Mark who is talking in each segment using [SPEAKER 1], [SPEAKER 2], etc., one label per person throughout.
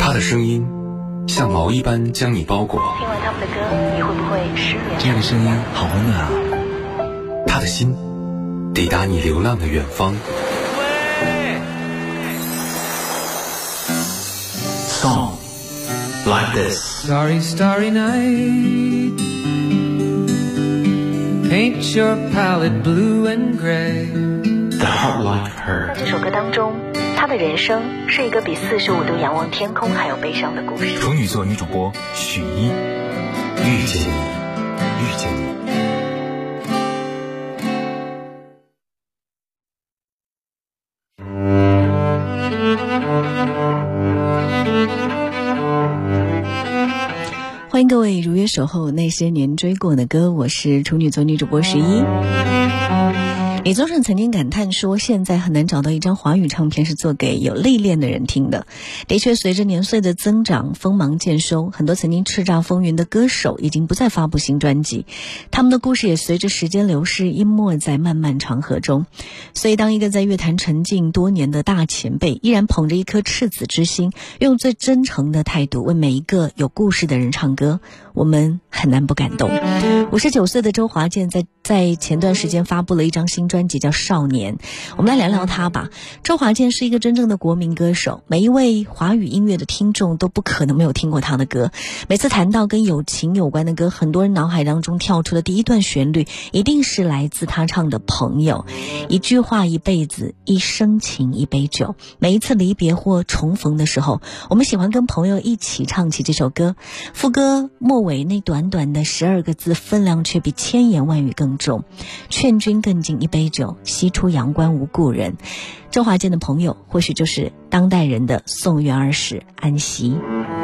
[SPEAKER 1] 他的声音像毛一般将你包裹，
[SPEAKER 2] 听完他们的歌，你会不会失眠？
[SPEAKER 3] 这样的声音好温暖啊。
[SPEAKER 1] 他的心抵达你流浪的远方。
[SPEAKER 3] Song like this.
[SPEAKER 4] Starry, starry night. Paint your palette blue and gray.
[SPEAKER 3] The heart like her.
[SPEAKER 2] 在这首歌当中，她的人生是一个比45度仰望天空还要悲伤的故事。
[SPEAKER 3] 处女座女主播许一，
[SPEAKER 1] 遇见你，遇见你。
[SPEAKER 5] 欢迎各位如约守候那些年追过的歌，我是处女座女主播11。李宗盛曾经感叹说，现在很难找到一张华语唱片是做给有历练的人听的。的确，随着年岁的增长，锋芒渐收，很多曾经叱咤风云的歌手已经不再发布新专辑，他们的故事也随着时间流逝，淹没在漫漫长河中。所以当一个在乐坛沉浸多年的大前辈依然捧着一颗赤子之心，用最真诚的态度为每一个有故事的人唱歌，我们很难不感动。59岁的周华健在前段时间发布了一张新专辑叫《少年》，我们来聊聊他吧。周华健是一个真正的国民歌手，每一位华语音乐的听众都不可能没有听过他的歌。每次谈到跟友情有关的歌，很多人脑海当中跳出的第一段旋律一定是来自他唱的《朋友》。一句话一辈子，一生情一杯酒。每一次离别或重逢的时候，我们喜欢跟朋友一起唱起这首歌。副歌末尾那短短的12个字，分量却比千言万语更重。劝君更尽一杯酒，西出阳关无故人。周华健的朋友或许就是当代人的宋元儿时安息。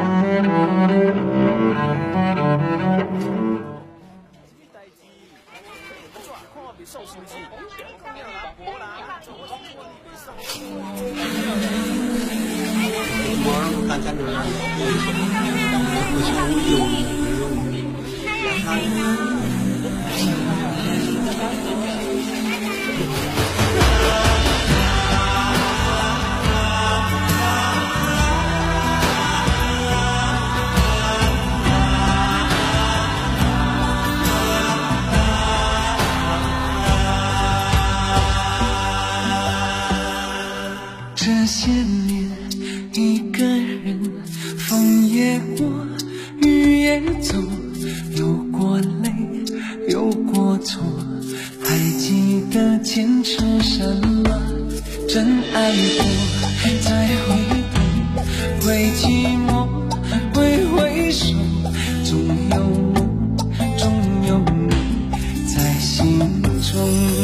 [SPEAKER 4] 这些年一个人，风也过，雨也走，有过泪，有过错，还记得坚持什么？真爱过，再回头，会寂寞，会回首，总有我，总有你在心中。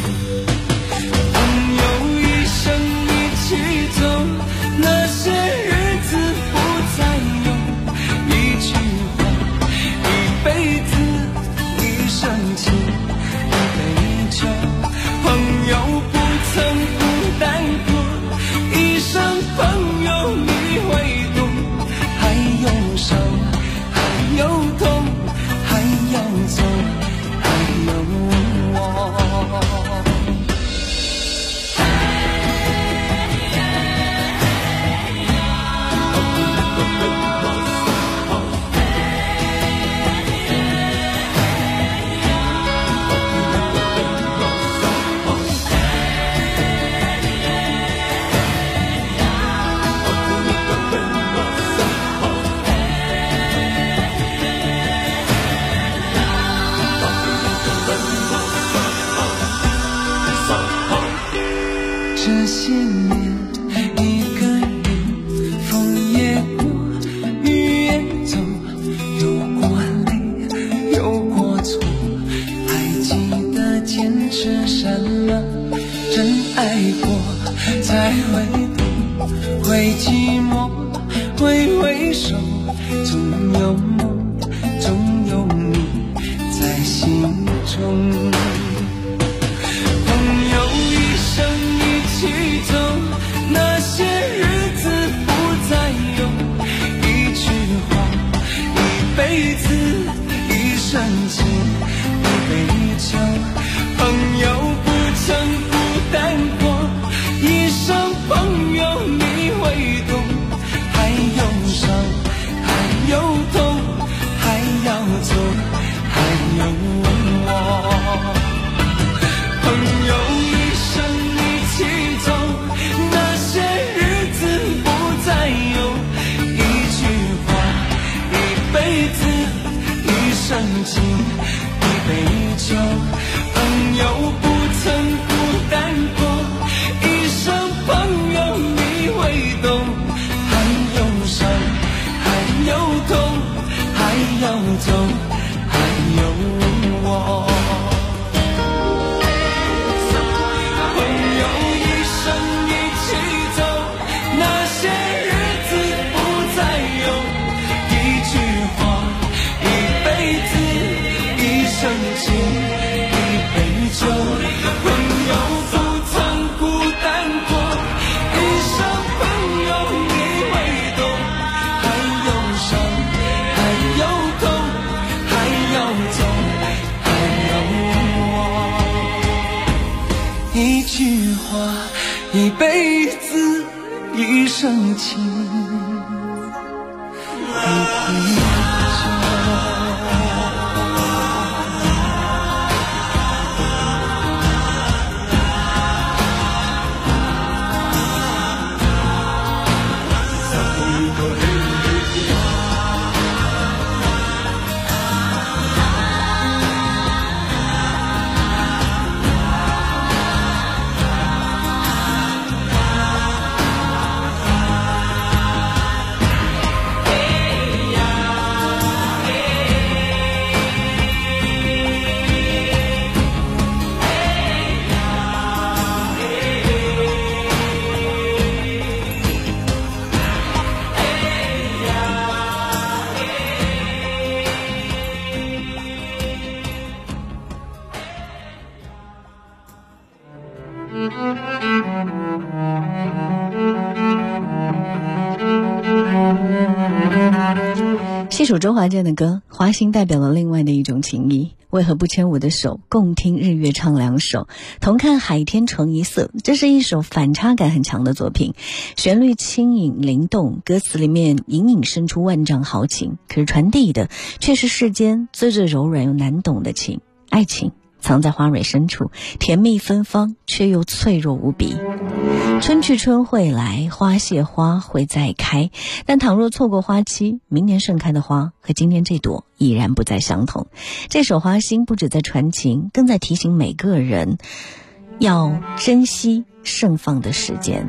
[SPEAKER 4] 那些日子不再有，一句话，一辈子，一生情，一杯酒。朋友不曾孤单过，一生朋友你会懂。还有伤，还有痛，还要走，还有我。这些年一个人，风也过，雨也走，有过泪，有过错，还记得坚持什么？真爱过，再回头，会寂寞，会回首，总有梦，总有你在心中。那些日子不再有，一句话，一辈子，一生情，一杯酒。朋友不曾孤单过，一生朋友你会懂。还有久，朋友不曾孤单过，一生朋友你会懂，还有伤，还有痛，还要走，还有我。朋友一生一起走，那些日子不再有，一句话，一辈子，一生情，一杯酒。朋友不曾孤单过，一生朋友你会懂，还有伤，还有痛，还要走，还有我。一句话，一辈子，一生情，一杯酒。
[SPEAKER 5] 这首周华健的歌《花心》代表了另外的一种情谊，为何不牵我的手，共听日月唱两首，同看海天成一色。这是一首反差感很强的作品，旋律轻盈灵动，歌词里面隐隐渗出万丈豪情，可是传递的却是世间最柔软又难懂的情。爱情藏在花蕊深处，甜蜜芬芳，却又脆弱无比。春去春会来，花谢花会再开，但倘若错过花期，明年盛开的花和今天这朵已然不再相同。这首《花心》不止在传情，更在提醒每个人要珍惜盛放的时间。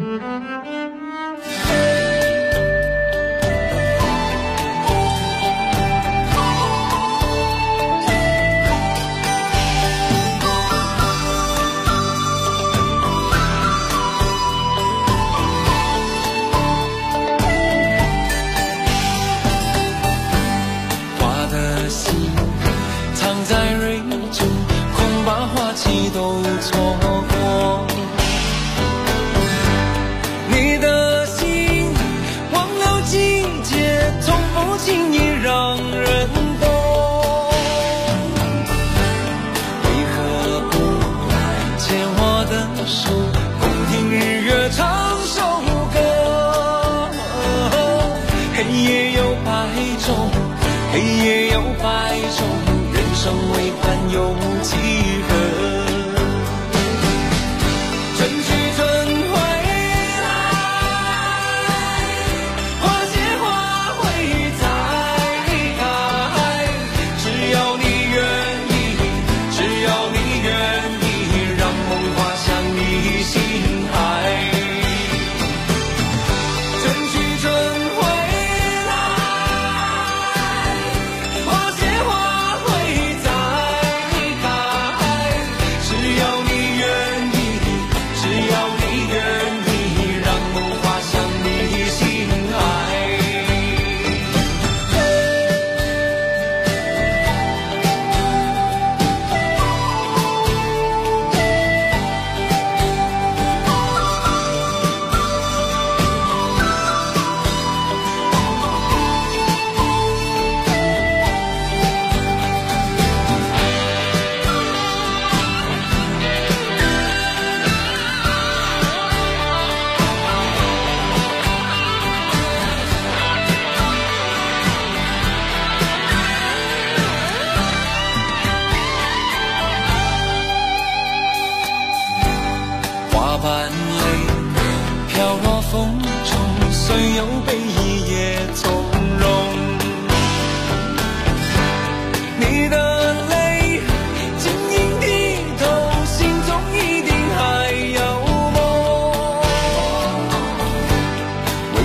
[SPEAKER 4] 你的泪，今夜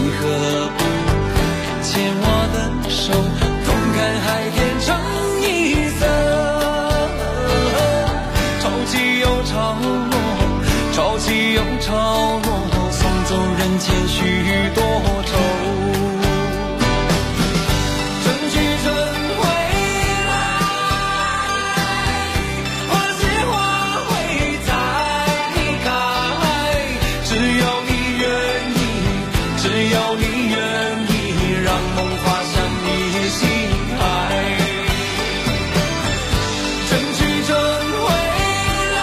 [SPEAKER 4] 何不牵我的手，同看海天成一色。潮起又潮落，潮起又潮落，送走人间许多愁。春去春回来，花谢花会再开，只要你愿意，只要你愿意，让梦滑向你心海。春去春回来，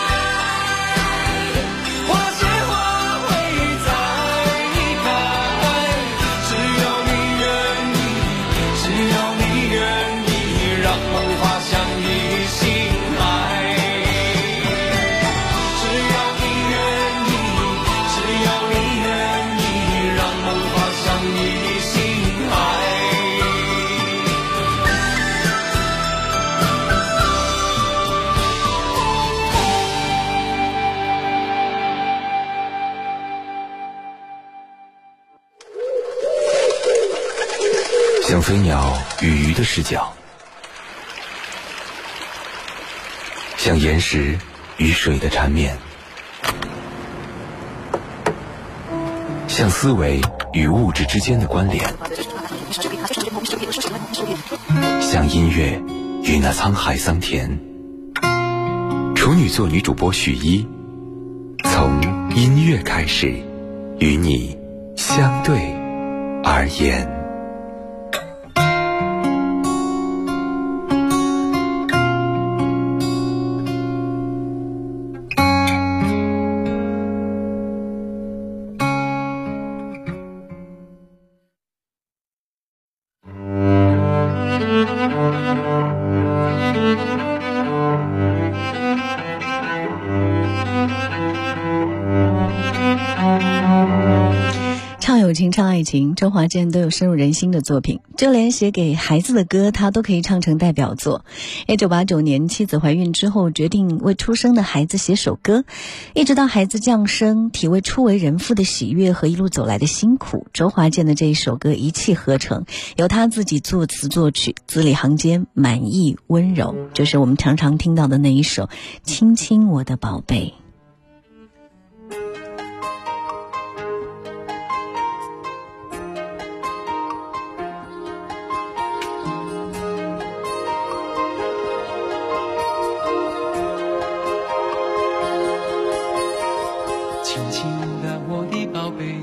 [SPEAKER 4] 花谢花会再开，只要你愿意，只要你愿意，让梦滑向你心海。只要你愿意，只要你愿意，让梦滑向你心海。
[SPEAKER 1] 像飞鸟与鱼的视角，像岩石与水的缠绵，像思维与物质之间的关联，像音乐与那沧海桑田。处女座女主播许一，从音乐开始，与你相对而言。
[SPEAKER 5] 唱友情唱爱情，周华健都有深入人心的作品，就连写给孩子的歌他都可以唱成代表作。1989年妻子怀孕之后，决定为出生的孩子写首歌，一直到孩子降生，体味初为人父的喜悦和一路走来的辛苦。周华健的这一首歌一气呵成，由他自己作词作曲，字里行间满意温柔，就是我们常常听到的那一首《亲亲我的宝贝》。
[SPEAKER 4] 轻轻的我的宝贝，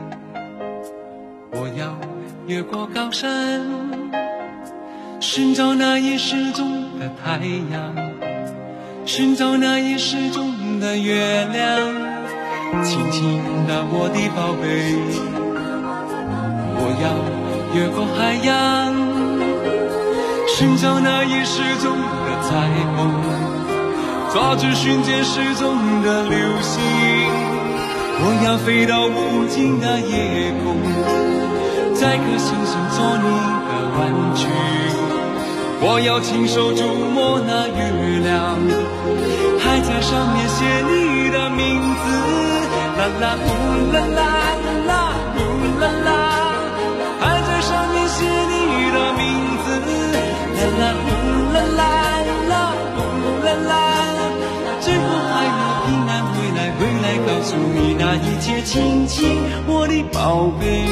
[SPEAKER 4] 我要越过高山，寻找那已失踪的太阳，寻找那已失踪的月亮。轻轻的我的宝贝，我要越过海洋，寻找那已失踪的彩虹，抓住瞬间失踪的流星。我要飞到无尽的夜空，摘颗星星做你的玩具。我要亲手触摸那月亮，还在上面写你的名字。啦啦呼啦啦啦呼啦啦，还在上面写你的名字。啦啦呼啦啦啦呼啦啦，最后还要平安回来，回来告诉你那一切，亲亲我的宝贝。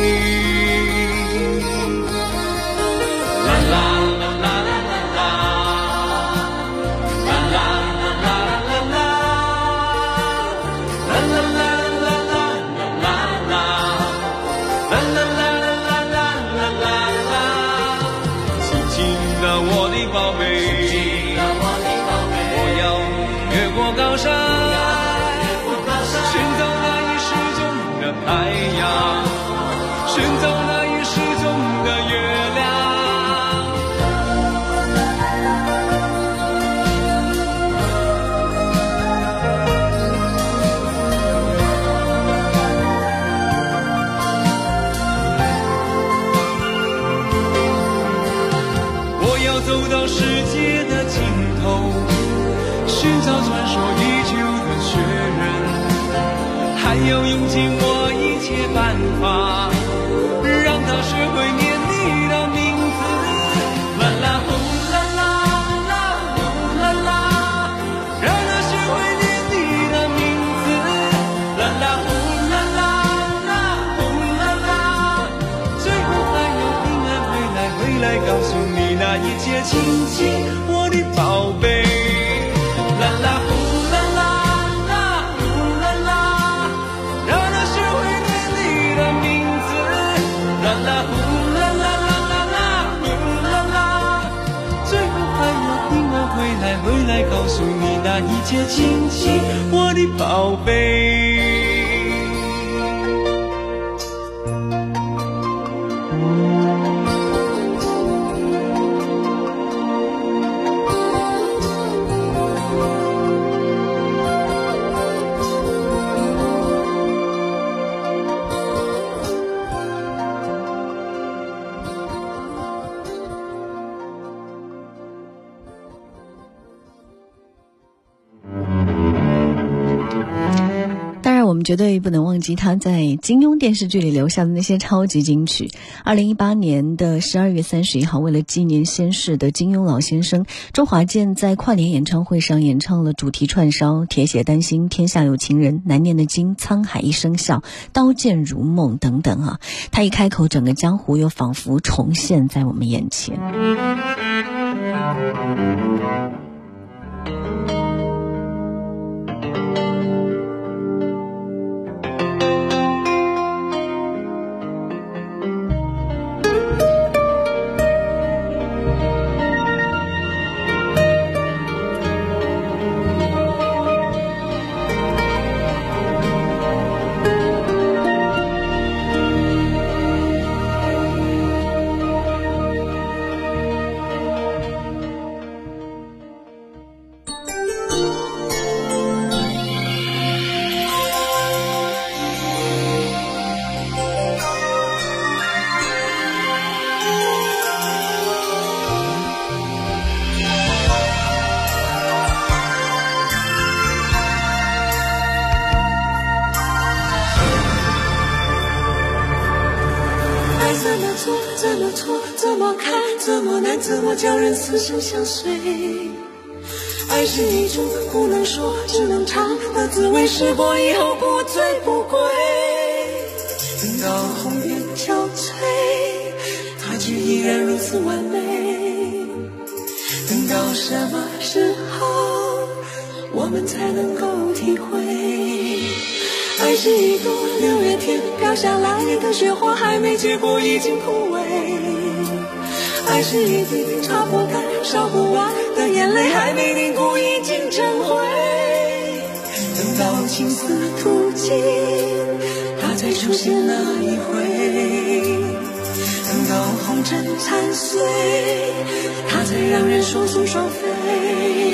[SPEAKER 4] 啦啦啦啦啦啦，啦啦啦啦啦啦，啦啦啦啦啦啦啦，啦啦啦啦啦啦啦，亲亲的我的宝贝，我要越过高山，寻找那已失踪的太阳，寻找那已失踪的月亮。我要走到世界的尽头，寻找传说已久的雪人，还要用尽我一切办法， 那一切亲亲，我的宝贝。啦啦呼啦啦啦呼啦啦，让它学会念你的名字。啦啦呼啦啦啦啦啦呼啦啦，最后还要平安回来告诉你那一切亲亲，我的宝贝。
[SPEAKER 5] 我们绝对不能忘记他在金庸电视剧里留下的那些超级金曲。2018年的12月31号，为了纪念仙逝的金庸老先生，周华健在跨年演唱会上演唱了主题串烧、铁血丹心、天下有情人、难念的经、沧海一声笑、刀剑如梦等等啊。他一开口，整个江湖又仿佛重现在我们眼前。
[SPEAKER 4] 怎么看，怎么难，怎么叫人死生相随？爱是一种不能说，只能尝的滋味，试过以后不醉不归。等到红颜憔悴，它却依然如此完美。等到什么时候，我们才能够体会？爱是一朵六月天飘下来的雪花，还没结果已经枯萎。爱是一滴擦不干烧不完的眼泪，还没凝固已经成灰。等到青丝吐尽，它才出现那一回。等到红尘残碎，它才让人双宿双飞。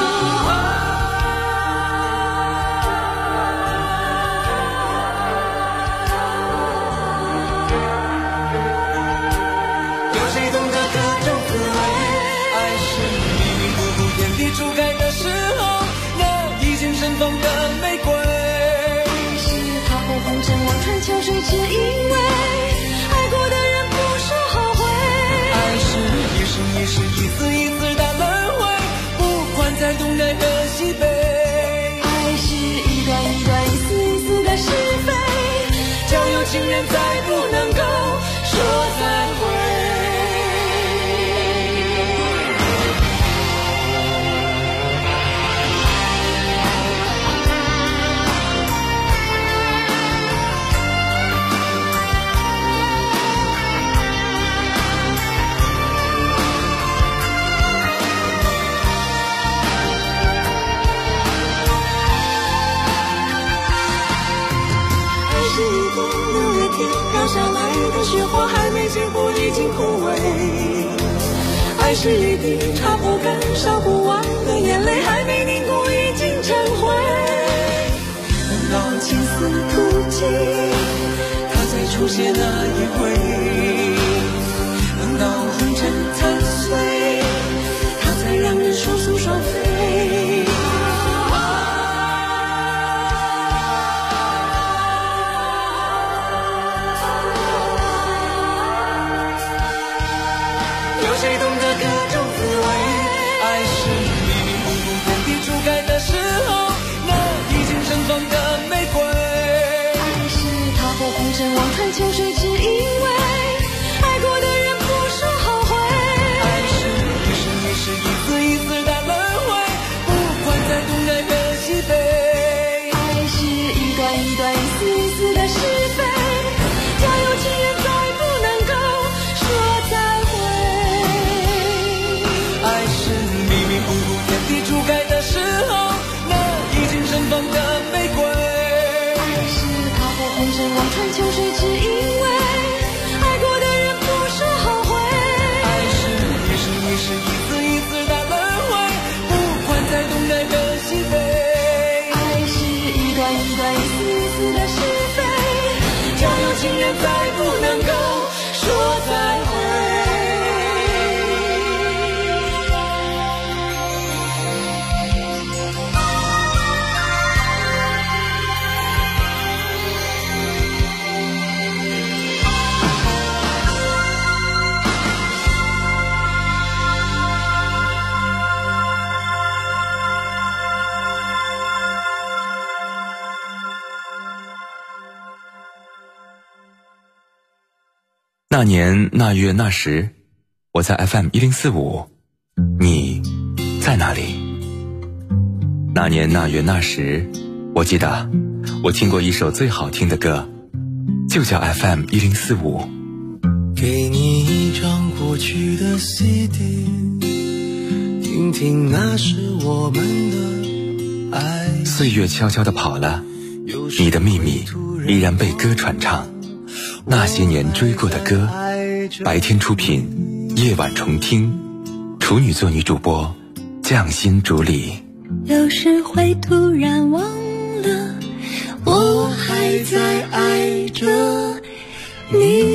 [SPEAKER 4] 初开的时候，那已经盛放的玫瑰。爱是踏破红尘，望穿秋水，只因为爱过的人不说后悔。爱是一生一世，一次一次的轮回，不管在东南和西北。爱是一段一段，一丝一丝的是非，叫有情人再不能够说再会。下来的雪花还没结果已经枯萎，爱是一滴擦不干烧不完的眼泪，还没凝固已经成灰。等到青丝吐尽，它才出现那一回。等到红尘残碎，它才让人双宿双飞。谁懂得各种滋味？爱是迷迷糊糊天地初开的时候，那已经盛放的玫瑰。爱是踏破红尘，望穿秋水，只因为爱过的人不说后悔。爱是
[SPEAKER 1] 那年那月那时，我在 FM1045，你在哪里？那年那月那时，我记得我听过一首最好听的歌，就叫 FM1045。
[SPEAKER 4] 给你一张过去的 CD， 听听那是我们的爱。
[SPEAKER 1] 岁月悄悄地跑了，你的秘密依然被歌传唱。那些年追过的歌，白天出品，夜晚重听。处女座女主播，匠心主理。
[SPEAKER 6] 有时会突然忘了，我还在爱着你。